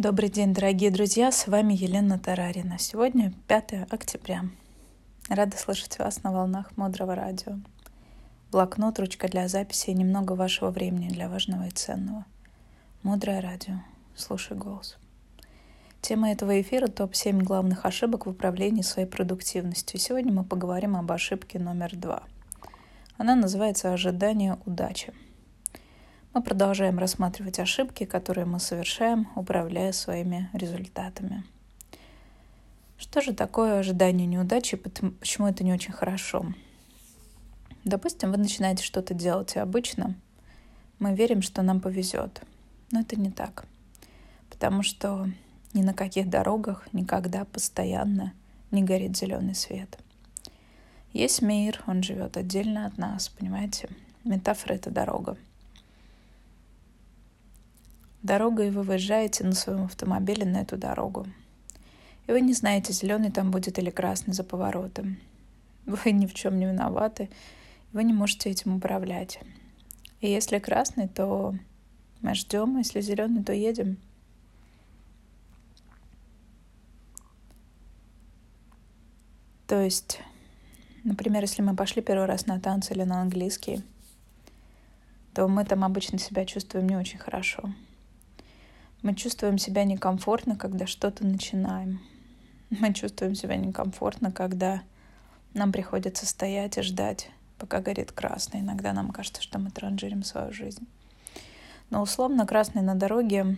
Добрый день, дорогие друзья, с вами Елена Тарарина. Сегодня 5 октября. Рада слышать вас на волнах Мудрого радио. Блокнот, ручка для записи и немного вашего времени для важного и ценного. Мудрое радио. Слушай голос. Тема этого эфира — топ-7 главных ошибок в управлении своей продуктивностью. Сегодня мы поговорим об ошибке номер 2. Она называется «Ожидание удачи». Мы продолжаем рассматривать ошибки, которые мы совершаем, управляя своими результатами. Что же такое ожидание неудачи и почему это не очень хорошо? Допустим, вы начинаете что-то делать, и обычно мы верим, что нам повезет. Но это не так. Потому что ни на каких дорогах никогда постоянно не горит зеленый свет. Есть мир, он живет отдельно от нас, понимаете? Метафора — это дорога. Дорога, и вы выезжаете на своем автомобиле на эту дорогу. И вы не знаете, зеленый там будет или красный за поворотом. Вы ни в чем не виноваты, вы не можете этим управлять. И если красный, то мы ждем, а если зеленый, то едем. То есть, например, если мы пошли первый раз на танцы или на английский, то мы там обычно себя чувствуем не очень хорошо. Мы чувствуем себя некомфортно, когда что-то начинаем. Мы чувствуем себя некомфортно, когда нам приходится стоять и ждать, пока горит красный. Иногда нам кажется, что мы транжирим свою жизнь. Но условно красный на дороге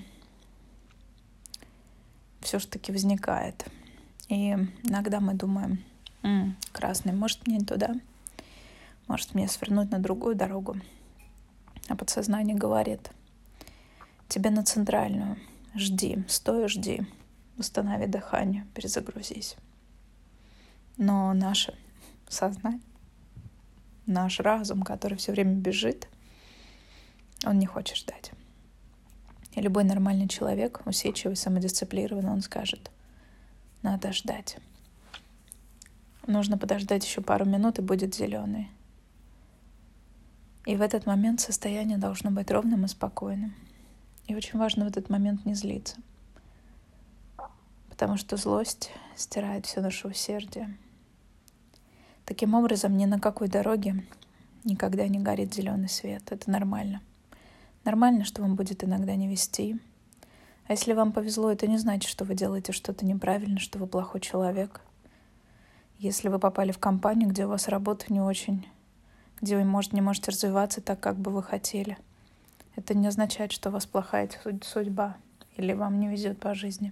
все-таки возникает. И иногда мы думаем: красный, может мне не туда, может мне свернуть на другую дорогу. А подсознание говорит: тебе на центральную, жди, стой, жди, установи дыхание, перезагрузись. Но наше сознание, наш разум, который все время бежит, он не хочет ждать. И любой нормальный человек, усидчивый, самодисциплинированный, он скажет: надо ждать. Нужно подождать еще пару минут, и будет зеленый. И в этот момент состояние должно быть ровным и спокойным. И очень важно в этот момент не злиться, потому что злость стирает все наше усердие. Таким образом, ни на какой дороге никогда не горит зеленый свет. Это нормально. Нормально, что вам будет иногда не везти. А если вам повезло, это не значит, что вы делаете что-то неправильно, что вы плохой человек. Если вы попали в компанию, где у вас работа не очень, где вы не можете развиваться так, как бы вы хотели, это не означает, что у вас плохая судьба или вам не везет по жизни.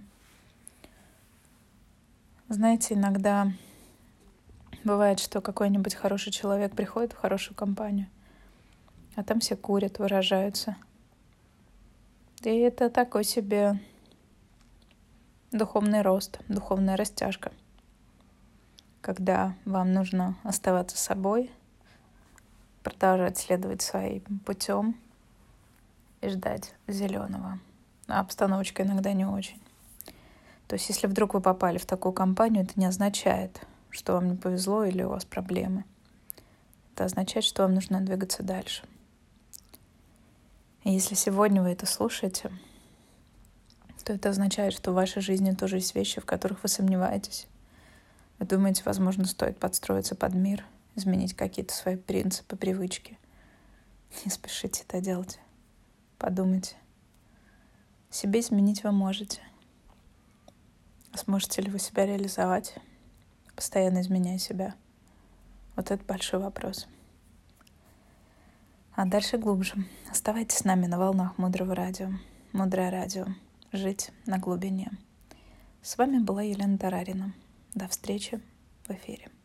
Знаете, иногда бывает, что какой-нибудь хороший человек приходит в хорошую компанию, а там все курят, выражаются. И это такой себе духовный рост, духовная растяжка, когда вам нужно оставаться собой, продолжать следовать своим путем и ждать зеленого. А обстановочка иногда не очень. То есть, если вдруг вы попали в такую компанию, это не означает, что вам не повезло или у вас проблемы. Это означает, что вам нужно двигаться дальше. И если сегодня вы это слушаете, то это означает, что в вашей жизни тоже есть вещи, в которых вы сомневаетесь. Вы думаете, возможно, стоит подстроиться под мир, изменить какие-то свои принципы, привычки. Не спешите это делать. Подумайте. Себе изменить вы можете. Сможете ли вы себя реализовать, постоянно изменяя себя? Вот это большой вопрос. А дальше глубже. Оставайтесь с нами на волнах Мудрого радио. Мудрое радио. Жить на глубине. С вами была Елена Тарарина. До встречи в эфире.